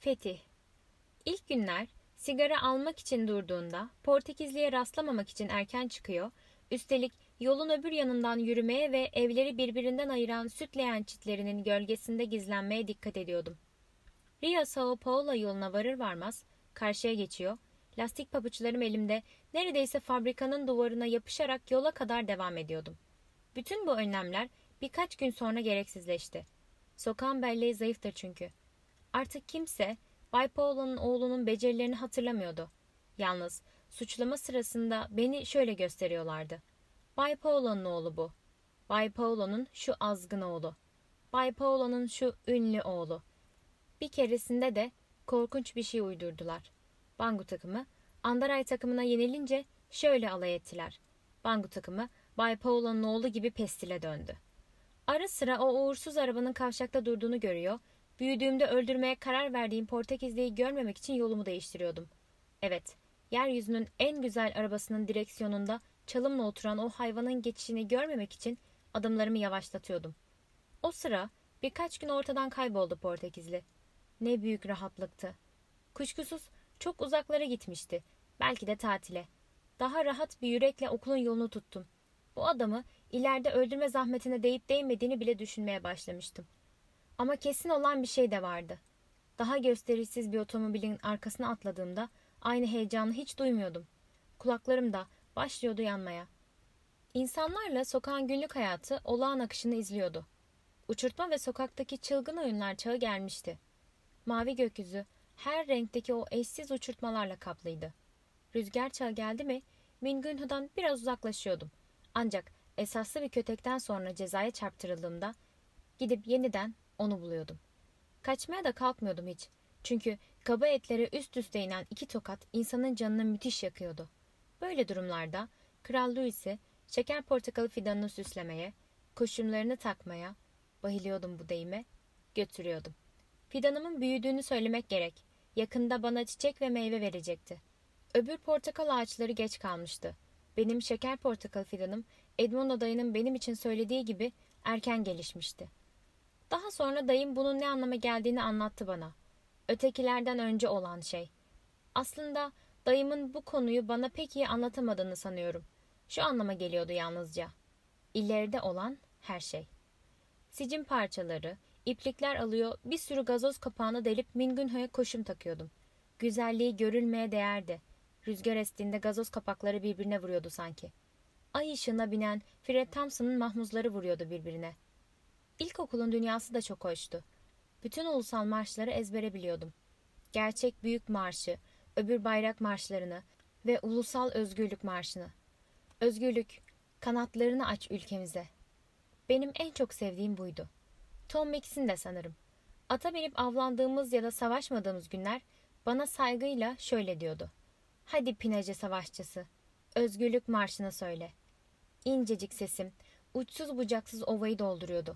Fetih. İlk günler sigara almak için durduğunda Portekizli'ye rastlamamak için erken çıkıyor, üstelik yolun öbür yanından yürümeye ve evleri birbirinden ayıran sütleyen çitlerinin gölgesinde gizlenmeye dikkat ediyordum. Rio Sao Paulo yoluna varır varmaz karşıya geçiyor, lastik pabuçlarım elimde neredeyse fabrikanın duvarına yapışarak yola kadar devam ediyordum. Bütün bu önlemler birkaç gün sonra gereksizleşti. Sokağın belleği zayıftır çünkü. Artık kimse Bay Paulo'nun oğlunun becerilerini hatırlamıyordu. Yalnız suçlama sırasında beni şöyle gösteriyorlardı. Bay Paulo'nun oğlu bu. Bay Paulo'nun şu azgın oğlu. Bay Paulo'nun şu ünlü oğlu. Bir keresinde de korkunç bir şey uydurdular. Bangu takımı Andaray takımına yenilince şöyle alay ettiler. Bangu takımı Bay Paulo'nun oğlu gibi pestile döndü. Ara sıra o uğursuz arabanın kavşakta durduğunu görüyor, büyüdüğümde öldürmeye karar verdiğim Portekizli'yi görmemek için yolumu değiştiriyordum. Evet, yeryüzünün en güzel arabasının direksiyonunda çalımla oturan o hayvanın geçişini görmemek için adımlarımı yavaşlatıyordum. O sıra birkaç gün ortadan kayboldu Portekizli. Ne büyük rahatlıktı. Kuşkusuz çok uzaklara gitmişti, belki de tatile. Daha rahat bir yürekle okulun yolunu tuttum. Bu adamı ileride öldürme zahmetine değip değmediğini bile düşünmeye başlamıştım. Ama kesin olan bir şey de vardı. Daha gösterişsiz bir otomobilin arkasına atladığımda aynı heyecanı hiç duymuyordum. Kulaklarım da başlıyordu yanmaya. İnsanlarla sokağın günlük hayatı olağan akışını izliyordu. Uçurtma ve sokaktaki çılgın oyunlar çağı gelmişti. Mavi gökyüzü her renkteki o eşsiz uçurtmalarla kaplıydı. Rüzgar çağı geldi mi Mingunho'dan biraz uzaklaşıyordum. Ancak esaslı bir kötekten sonra cezaya çarptırıldığımda gidip yeniden onu buluyordum. Kaçmaya da kalkmıyordum hiç. Çünkü kaba etlere üst üste inen iki tokat insanın canını müthiş yakıyordu. Böyle durumlarda Kral Louis'i şeker portakalı fidanını süslemeye, koşumlarını takmaya, bayılıyordum bu deyime, götürüyordum. Fidanımın büyüdüğünü söylemek gerek. Yakında bana çiçek ve meyve verecekti. Öbür portakal ağaçları geç kalmıştı. Benim şeker portakal fidanım Edmondo dayının benim için söylediği gibi erken gelişmişti. Daha sonra dayım bunun ne anlama geldiğini anlattı bana. Ötekilerden önce olan şey. Aslında dayımın bu konuyu bana pek iyi anlatamadığını sanıyorum. Şu anlama geliyordu yalnızca. İleride olan her şey. Sicim parçaları, iplikler alıyor, bir sürü gazoz kapağını delip Mingunho'ya koşum takıyordum. Güzelliği görülmeye değerdi. Rüzgar estiğinde gazoz kapakları birbirine vuruyordu sanki. Ay ışığına binen Fred Thompson'ın mahmuzları vuruyordu birbirine. İlkokulun dünyası da çok hoştu. Bütün ulusal marşları ezbere biliyordum. Gerçek Büyük Marşı, öbür bayrak marşlarını ve Ulusal Özgürlük Marşı'nı. Özgürlük, kanatlarını aç ülkemize. Benim en çok sevdiğim buydu. Tom Mix'in de sanırım. Ata binip avlandığımız ya da savaşmadığımız günler bana saygıyla şöyle diyordu. Hadi Pinece savaşçısı, Özgürlük Marşı'nı söyle. İncecik sesim, uçsuz bucaksız ovayı dolduruyordu.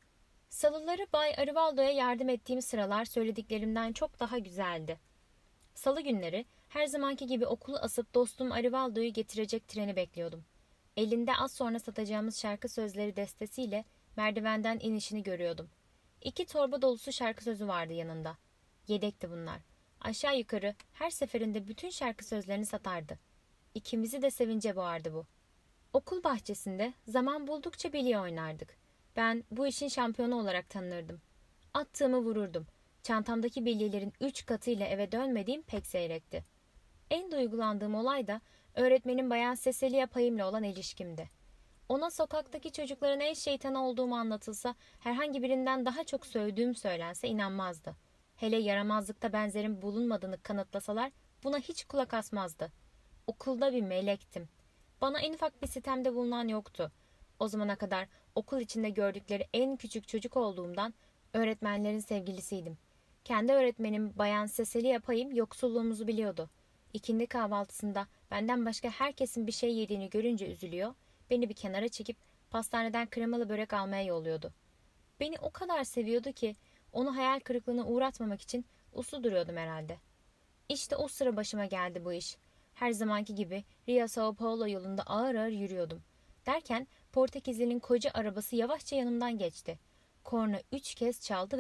Salıları Bay Arıvaldo'ya yardım ettiğim sıralar söylediklerimden çok daha güzeldi. Salı günleri her zamanki gibi okulu asıp dostum Arıvaldo'yu getirecek treni bekliyordum. Elinde az sonra satacağımız şarkı sözleri destesiyle merdivenden inişini görüyordum. 2 torba dolusu şarkı sözü vardı yanında. Yedekti bunlar. Aşağı yukarı her seferinde bütün şarkı sözlerini satardı. İkimizi de sevince boğardı bu. Okul bahçesinde zaman buldukça bilye oynardık. Ben bu işin şampiyonu olarak tanınırdım. Attığımı vururdum. Çantamdaki bilyelerin 3 katıyla eve dönmediğim pek seyrekti. En duygulandığım olay da öğretmenim Bayan Cecilia Payım'la olan ilişkimdi. Ona sokaktaki çocukların en şeytanı olduğumu anlatılsa, herhangi birinden daha çok sövdüğüm söylense inanmazdı. Hele yaramazlıkta benzerim bulunmadığını kanıtlasalar buna hiç kulak asmazdı. Okulda bir melektim. Bana en ufak bir sitemde bulunan yoktu. O zamana kadar okul içinde gördükleri en küçük çocuk olduğumdan öğretmenlerin sevgilisiydim. Kendi öğretmenim Bayan Cecilia Payım yoksulluğumuzu biliyordu. İkindi kahvaltısında benden başka herkesin bir şey yediğini görünce üzülüyor, beni bir kenara çekip pastaneden kremalı börek almaya yolluyordu. Beni o kadar seviyordu ki onu hayal kırıklığına uğratmamak için uslu duruyordum herhalde. İşte o sıra başıma geldi bu iş. Her zamanki gibi Rio Sao Paulo yolunda ağır ağır yürüyordum. Derken Portekizli'nin koca arabası yavaşça yanımdan geçti. Korna 3 kez çaldı ve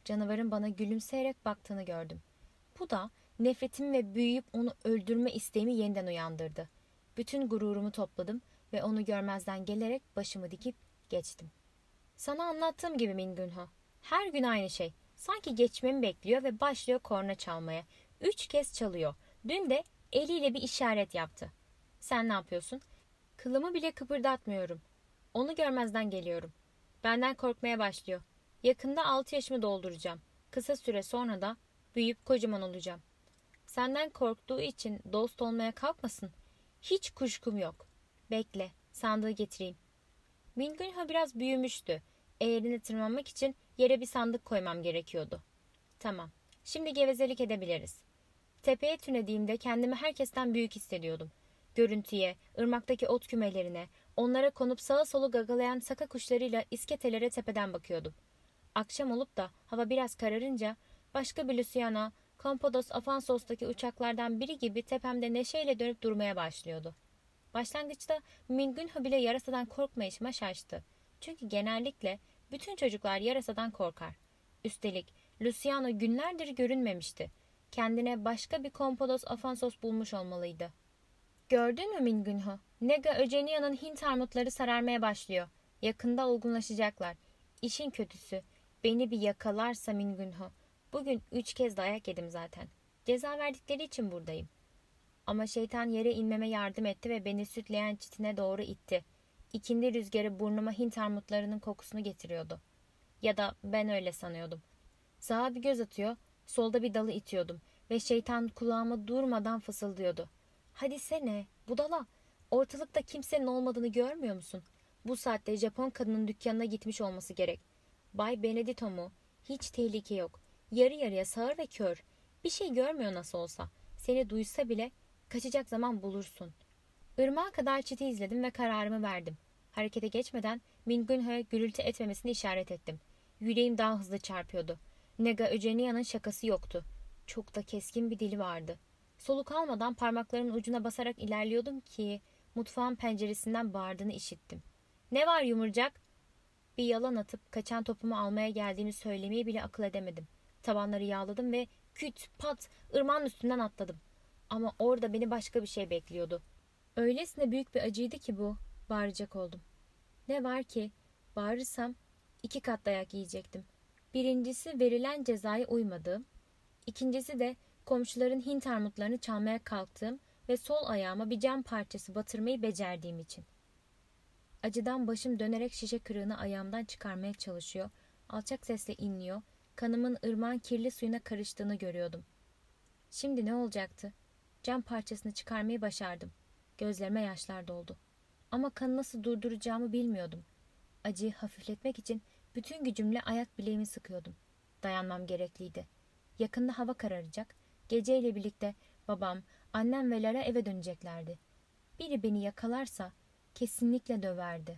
Canavarın bana gülümseyerek baktığını gördüm. Bu da nefretimi ve büyüyüp onu öldürme isteğimi yeniden uyandırdı. Bütün gururumu topladım ve onu görmezden gelerek başımı dikip geçtim. Sana anlattığım gibi Mingunho. Her gün aynı şey. Sanki geçmemi bekliyor ve başlıyor korna çalmaya. 3 kez çalıyor. Dün de eliyle bir işaret yaptı. Sen ne yapıyorsun? Kılımı bile kıpırdatmıyorum. Onu görmezden geliyorum. Benden korkmaya başlıyor. Yakında 6 yaşımı dolduracağım. Kısa süre sonra da büyüyüp kocaman olacağım. Senden korktuğu için dost olmaya kalkmasın. Hiç kuşkum yok. Bekle, sandığı getireyim. Mingunho biraz büyümüştü. Eğerine tırmanmak için yere bir sandık koymam gerekiyordu. Tamam, şimdi gevezelik edebiliriz. Tepeye tünediğimde kendimi herkesten büyük hissediyordum. Görüntüye, ırmaktaki ot kümelerine, onlara konup sağa solu gagalayan saka kuşlarıyla isketelere tepeden bakıyordum. Akşam olup da hava biraz kararınca başka bir Luciana, Kompodos Afansos'taki uçaklardan biri gibi tepemde neşeyle dönüp durmaya başlıyordu. Başlangıçta Mingunho bile yarasadan korkmayışıma şaştı. Çünkü genellikle bütün çocuklar yarasadan korkar. Üstelik Luciano günlerdir görünmemişti. Kendine başka bir Kompodos Afansos bulmuş olmalıydı. Gördün mü Mingunho? Nega Öcenia'nın Hint armutları sararmaya başlıyor. Yakında olgunlaşacaklar. İşin kötüsü, beni bir yakalarsa Mingunho. Bugün 3 kez dayak yedim zaten. Ceza verdikleri için buradayım. Ama şeytan yere inmeme yardım etti ve beni sütleyen çitine doğru itti. İkindi rüzgarı burnuma Hint armutlarının kokusunu getiriyordu. Ya da ben öyle sanıyordum. Sağa bir göz atıyor, solda bir dalı itiyordum ve şeytan kulağıma durmadan fısıldıyordu. Hadi sene, budala. Ortalıkta kimsenin olmadığını görmüyor musun? Bu saatte Japon kadının dükkanına gitmiş olması gerek. Bay Benedito mu? Hiç tehlike yok. Yarı yarıya sağır ve kör. Bir şey görmüyor nasıl olsa. Seni duysa bile kaçacak zaman bulursun. Irmağa kadar çiti izledim ve kararımı verdim. Harekete geçmeden Mingunho'ya gürültü etmemesini işaret ettim. Yüreğim daha hızlı çarpıyordu. Nega Öcenia'nın şakası yoktu. Çok da keskin bir dili vardı. Soluk almadan parmaklarımın ucuna basarak ilerliyordum ki mutfağın penceresinden bağırdığını işittim. Ne var yumurcak? Bir yalan atıp kaçan topumu almaya geldiğimi söylemeyi bile akıl edemedim. Tabanları yağladım ve küt pat ırmağın üstünden atladım. Ama orada beni başka bir şey bekliyordu. Öylesine büyük bir acıydı ki bu. Bağıracak oldum. Ne var ki bağırırsam 2 kat dayak yiyecektim. Birincisi verilen cezaya uymadığım, ikincisi de komşuların Hint armutlarını çalmaya kalktığım ve sol ayağıma bir cam parçası batırmayı becerdiğim için. Acıdan başım dönerek şişe kırığını ayağımdan çıkarmaya çalışıyor, alçak sesle inliyor, kanımın ırmağın kirli suyuna karıştığını görüyordum. Şimdi ne olacaktı? Cam parçasını çıkarmayı başardım. Gözlerime yaşlar doldu. Ama kanı nasıl durduracağımı bilmiyordum. Acıyı hafifletmek için bütün gücümle ayak bileğimi sıkıyordum. Dayanmam gerekliydi. Yakında hava kararacak. Geceyle birlikte babam, annem ve Lara eve döneceklerdi. Biri beni yakalarsa kesinlikle döverdi.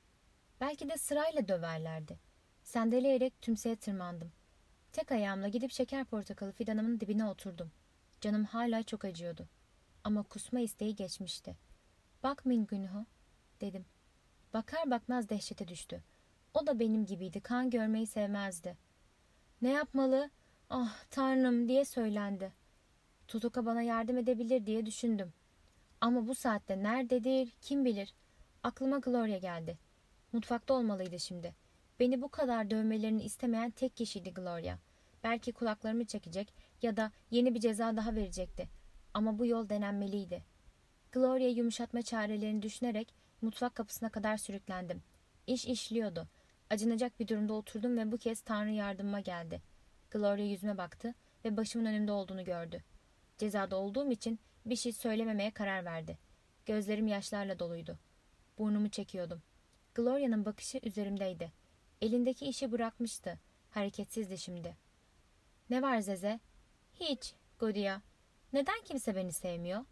Belki de sırayla döverlerdi. Sendeleyerek tümseye tırmandım. Tek ayağımla gidip şeker portakalı fidanımın dibine oturdum. Canım hala çok acıyordu. Ama kusma isteği geçmişti. Bak Mingunho, dedim. Bakar bakmaz dehşete düştü. O da benim gibiydi, kan görmeyi sevmezdi. Ne yapmalı? Ah Tanrım diye söylendi. Tutuka bana yardım edebilir diye düşündüm. Ama bu saatte nerededir kim bilir. Aklıma Gloria geldi. Mutfakta olmalıydı şimdi. Beni bu kadar dövmelerini istemeyen tek kişiydi Gloria. Belki kulaklarımı çekecek ya da yeni bir ceza daha verecekti. Ama bu yol denenmeliydi. Gloria yumuşatma çarelerini düşünerek mutfak kapısına kadar sürüklendim. İş işliyordu. Acınacak bir durumda oturdum ve bu kez Tanrı yardımıma geldi. Gloria yüzüme baktı ve başımın önümde olduğunu gördü. Cezada olduğum için bir şey söylememeye karar verdi. Gözlerim yaşlarla doluydu. Burnumu çekiyordum. Gloria'nın bakışı üzerimdeydi. Elindeki işi bırakmıştı. Hareketsizdi şimdi. Ne var Zeze? Hiç, Godia. Neden kimse beni sevmiyor?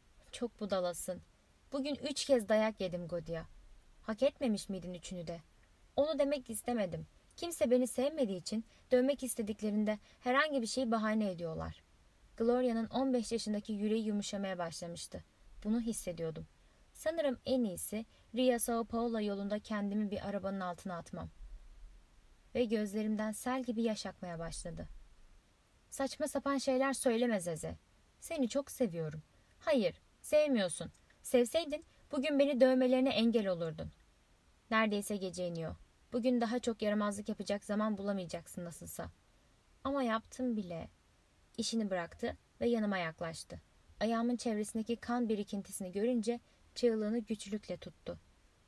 Çok budalasın. Bugün 3 kez dayak yedim Godia. Hak etmemiş miydin üçünü de? Onu demek istemedim. Kimse beni sevmediği için dövmek istediklerinde herhangi bir şeyi bahane ediyorlar. Gloria'nın 15 yaşındaki yüreği yumuşamaya başlamıştı. Bunu hissediyordum. Sanırım en iyisi Rio Sao Paulo yolunda kendimi bir arabanın altına atmam. ve gözlerimden sel gibi yaş akmaya başladı. Saçma sapan şeyler söyleme Zeze. Seni çok seviyorum. Hayır, sevmiyorsun. Sevseydin bugün beni dövmelerine engel olurdun. Neredeyse gece iniyor. Bugün daha çok yaramazlık yapacak zaman bulamayacaksın nasılsa. Ama yaptım bile. İşini bıraktı ve yanıma yaklaştı. Ayağımın çevresindeki kan birikintisini görünce çığlığını güçlükle tuttu.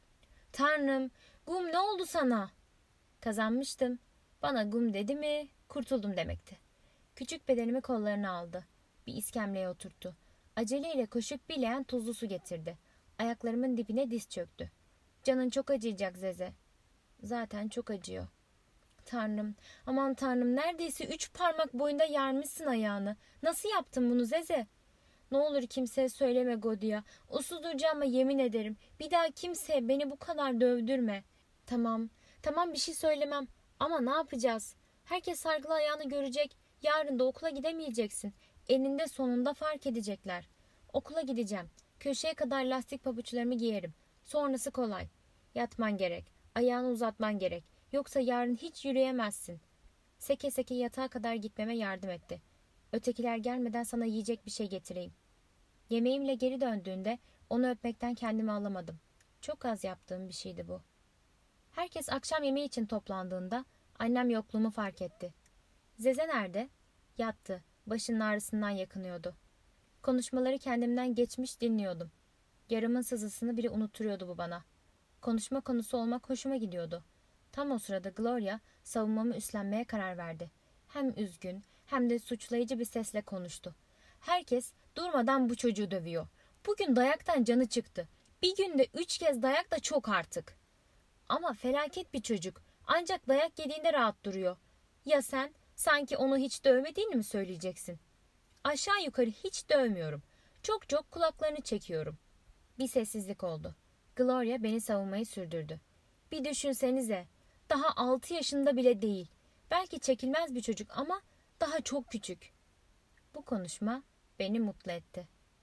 Tanrım, Gum ne oldu sana? Kazanmıştım. Bana Gum dedi mi kurtuldum demekti. Küçük bedenimi kollarına aldı. Bir iskemleye oturttu. Aceleyle koşup bir leğen tuzlu su getirdi. Ayaklarımın dibine diz çöktü. Canın çok acıyacak Zeze. Zaten çok acıyor. Tanrım, aman Tanrım, neredeyse 3 parmak boyunda yarmışsın ayağını. Nasıl yaptın bunu Zeze? Ne olur kimseye söyleme Godia. Uslu duracağıma yemin ederim. Bir daha kimseye beni bu kadar dövdürme. Tamam, tamam bir şey söylemem. Ama ne yapacağız? Herkes sargılı ayağını görecek. Yarın da okula gidemeyeceksin. Eninde sonunda fark edecekler. Okula gideceğim. Köşeye kadar lastik pabuçlarımı giyerim. Sonrası kolay. Yatman gerek. Ayağını uzatman gerek. Yoksa yarın hiç yürüyemezsin. Seke seke yatağa kadar gitmeme yardım etti. Ötekiler gelmeden sana yiyecek bir şey getireyim. Yemeğimle geri döndüğünde onu öpmekten kendimi alamadım. Çok az yaptığım bir şeydi bu. Herkes akşam yemeği için toplandığında annem yokluğumu fark etti. Zeze nerede? Yattı. Başının ağrısından yakınıyordu. Konuşmaları kendimden geçmiş dinliyordum. Yarımın sızısını bile unutturuyordu bu bana. Konuşma konusu olmak hoşuma gidiyordu. Tam o sırada Gloria savunmamı üstlenmeye karar verdi. Hem üzgün hem de suçlayıcı bir sesle konuştu. Herkes durmadan bu çocuğu dövüyor. Bugün dayaktan canı çıktı. Bir günde 3 kez dayak da çok artık. Ama felaket bir çocuk. Ancak dayak yediğinde rahat duruyor. Ya sen? Sanki onu hiç dövmediğini mi söyleyeceksin? Aşağı yukarı hiç dövmüyorum. Çok çok kulaklarını çekiyorum. Bir sessizlik oldu. Gloria beni savunmayı sürdürdü. Bir düşünsenize. Daha 6 yaşında bile değil. Belki çekilmez bir çocuk ama daha çok küçük. Bu konuşma beni mutlu etti.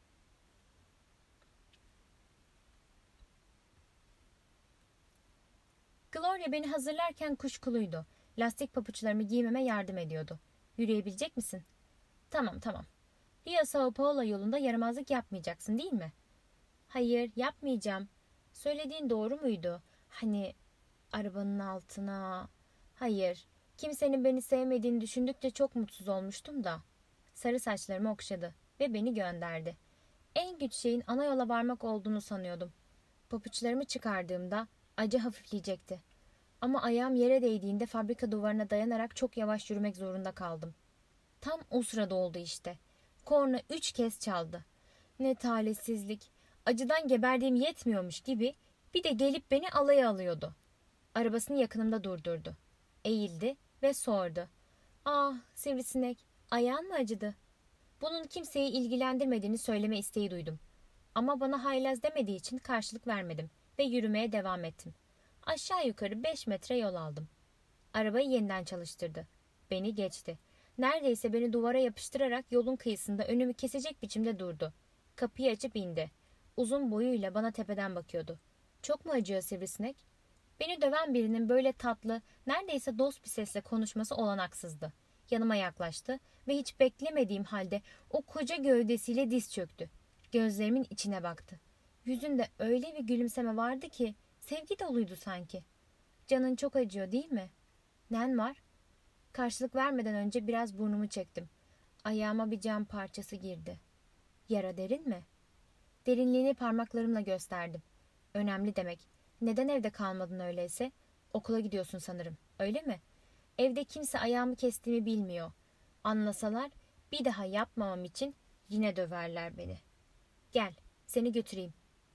Gloria beni hazırlarken kuşkuluydu. Lastik papuçlarımı giymeme yardım ediyordu. Yürüyebilecek misin? Tamam tamam. Rio Sao Paulo yolunda yaramazlık yapmayacaksın değil mi? Hayır yapmayacağım. Söylediğin doğru muydu? Hani arabanın altına... Hayır. Kimsenin beni sevmediğini düşündükçe çok mutsuz olmuştum da. Sarı saçlarımı okşadı ve beni gönderdi. En güç şeyin ana yola varmak olduğunu sanıyordum. Papuçlarımı çıkardığımda acı hafifleyecekti. Ama ayağım yere değdiğinde fabrika duvarına dayanarak çok yavaş yürümek zorunda kaldım. Tam o sırada oldu işte. Korna 3 kez çaldı. Ne talihsizlik. Acıdan geberdiğim yetmiyormuş gibi bir de gelip beni alaya alıyordu. Arabasını yakınımda durdurdu. Eğildi ve sordu. Ah sivrisinek, ayağın mı acıdı? Bunun kimseyi ilgilendirmediğini söyleme isteği duydum. Ama bana haylaz demediği için karşılık vermedim ve yürümeye devam ettim. Aşağı yukarı 5 metre yol aldım. Arabayı yeniden çalıştırdı. Beni geçti. Neredeyse beni duvara yapıştırarak yolun kıyısında önümü kesecek biçimde durdu. Kapıyı açıp indi. Uzun boyuyla bana tepeden bakıyordu. Çok mu acıyor sivrisinek? Beni döven birinin böyle tatlı, neredeyse dost bir sesle konuşması olanaksızdı. Yanıma yaklaştı ve hiç beklemediğim halde o koca gövdesiyle diz çöktü. Gözlerimin içine baktı. Yüzünde öyle bir gülümseme vardı ki sevgi doluydu sanki. Canın çok acıyor değil mi? Nen var? Karşılık vermeden önce biraz burnumu çektim. Ayağıma bir cam parçası girdi. Yara derin mi? Derinliğini parmaklarımla gösterdim. Önemli demek. Neden evde kalmadın öyleyse? Okula gidiyorsun sanırım. Öyle mi? Evde kimse ayağımı kestiğimi bilmiyor. Anlasalar bir daha yapmamam için yine döverler beni. Gel, seni götüreyim.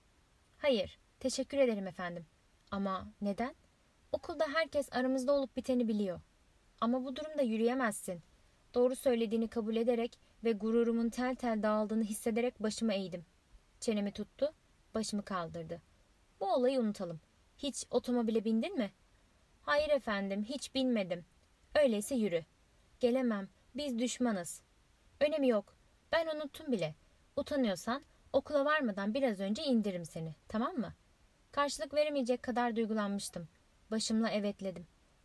Hayır, teşekkür ederim efendim. Ama neden? Okulda herkes aramızda olup biteni biliyor. Ama bu durumda yürüyemezsin. Doğru söylediğini kabul ederek ve gururumun tel tel dağıldığını hissederek başımı eğdim. Çenemi tuttu, başımı kaldırdı. Bu olayı unutalım. Hiç otomobile bindin mi? Hayır efendim, hiç binmedim. Öyleyse yürü. Gelemem, biz düşmanız. Önemi yok. Ben unuttum bile. Utanıyorsan okula varmadan biraz önce indiririm seni, tamam mı? Karşılık veremeyecek kadar duygulanmıştım. Başımla evetledim.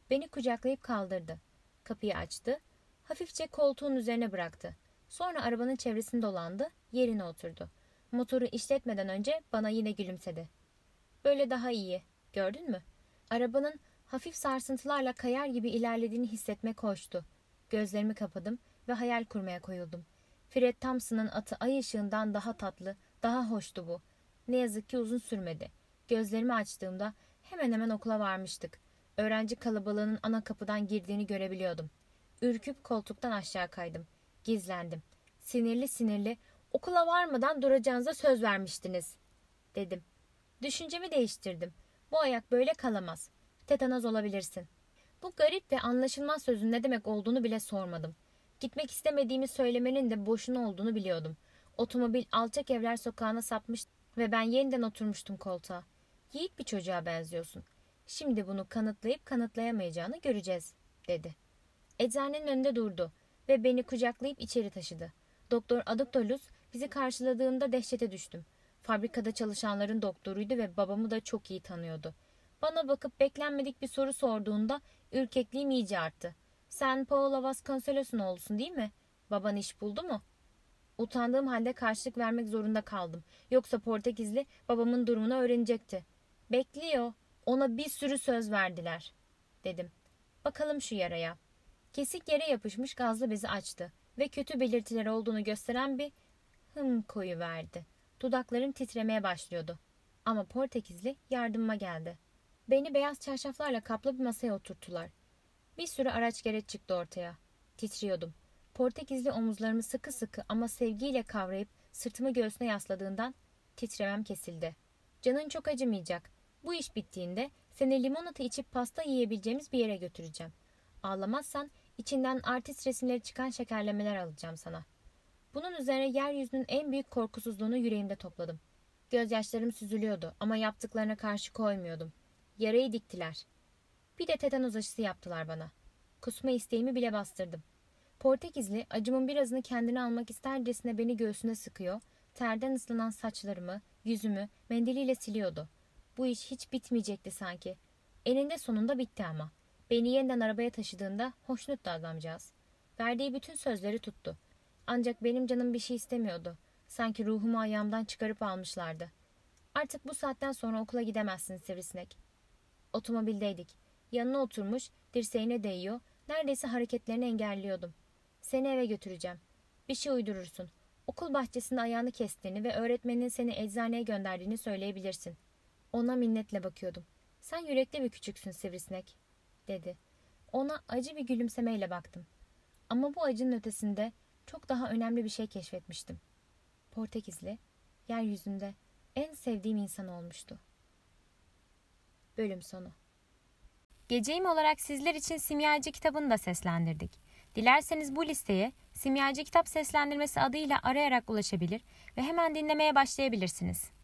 Beni kucaklayıp kaldırdı. Kapıyı açtı. Hafifçe koltuğun üzerine bıraktı. Sonra arabanın çevresini dolandı, yerine oturdu. Motoru işletmeden önce bana yine gülümsedi. Böyle daha iyi, gördün mü? Arabanın hafif sarsıntılarla kayar gibi ilerlediğini hissetmek hoştu. Gözlerimi kapadım ve hayal kurmaya koyuldum. Fred Thompson'ın atı ay ışığından daha tatlı, daha hoştu bu. Ne yazık ki uzun sürmedi. Gözlerimi açtığımda hemen hemen okula varmıştık. Öğrenci kalabalığının ana kapıdan girdiğini görebiliyordum. Ürküp koltuktan aşağı kaydım. Gizlendim. Sinirli sinirli, okula varmadan duracağınıza söz vermiştiniz, dedim. Düşüncemi değiştirdim. Bu ayak böyle kalamaz. Tetanoz olabilirsin. Bu garip ve anlaşılmaz sözün ne demek olduğunu bile sormadım. Gitmek istemediğimi söylemenin de boşuna olduğunu biliyordum. Otomobil alçak evler sokağına sapmış ve ben yeniden oturmuştum koltuğa. Yiğit bir çocuğa benziyorsun. Şimdi bunu kanıtlayıp kanıtlayamayacağını göreceğiz, dedi. Eczanenin önünde durdu ve beni kucaklayıp içeri taşıdı. Doktor Adoptolus bizi karşıladığında dehşete düştüm. Fabrikada çalışanların doktoruydu ve babamı da çok iyi tanıyordu. Bana bakıp beklenmedik bir soru sorduğunda ürkekliğim iyice arttı. Sen Paola Vasconcelos'un oğlusun değil mi? Baban iş buldu mu? Utandığım halde karşılık vermek zorunda kaldım. Yoksa Portekizli babamın durumunu öğrenecekti. Bekliyor. Ona bir sürü söz verdiler, dedim. Bakalım şu yaraya. Kesik yere yapışmış gazlı bezi açtı ve kötü belirtileri olduğunu gösteren bir koyuverdi. Dudaklarım titremeye başlıyordu. Ama Portekizli yardımıma geldi. Beni beyaz çarşaflarla kaplı bir masaya oturttular. Bir sürü araç gereç çıktı ortaya. Titriyordum. Portekizli omuzlarımı sıkı sıkı ama sevgiyle kavrayıp sırtımı göğsüne yasladığından titremem kesildi. Canın çok acımayacak. Bu iş bittiğinde seni limonata içip pasta yiyebileceğimiz bir yere götüreceğim. Ağlamazsan içinden artist resimleri çıkan şekerlemeler alacağım sana. Bunun üzerine yeryüzünün en büyük korkusuzluğunu yüreğimde topladım. Gözyaşlarım süzülüyordu ama yaptıklarına karşı koymuyordum. Yarayı diktiler. Bir de tetanoz aşısı yaptılar bana. Kusma isteğimi bile bastırdım. Portekizli acımın birazını kendine almak istercesine beni göğsüne sıkıyor, terden ıslanan saçlarımı, yüzümü mendiliyle siliyordu. Bu iş hiç bitmeyecekti sanki. Eninde sonunda bitti ama. Beni yeniden arabaya taşıdığında hoşnuttu adamcağız. Verdiği bütün sözleri tuttu. Ancak benim canım bir şey istemiyordu. Sanki ruhumu ayağımdan çıkarıp almışlardı. Artık bu saatten sonra okula gidemezsin sivrisinek. Otomobildeydik. Yanına oturmuş, dirseğine değiyor, neredeyse hareketlerini engelliyordum. Seni eve götüreceğim. Bir şey uydurursun. Okul bahçesinde ayağını kestiğini ve öğretmeninin seni eczaneye gönderdiğini söyleyebilirsin. Ona minnetle bakıyordum. Sen yürekli bir küçüksün sivrisinek, dedi. Ona acı bir gülümsemeyle baktım. Ama bu acının ötesinde çok daha önemli bir şey keşfetmiştim. Portekizli, yeryüzünde en sevdiğim insan olmuştu. Bölüm sonu. Geceyim olarak sizler için Simyacı kitabını da seslendirdik. Dilerseniz bu listeye Simyacı kitap seslendirmesi adıyla arayarak ulaşabilir ve hemen dinlemeye başlayabilirsiniz.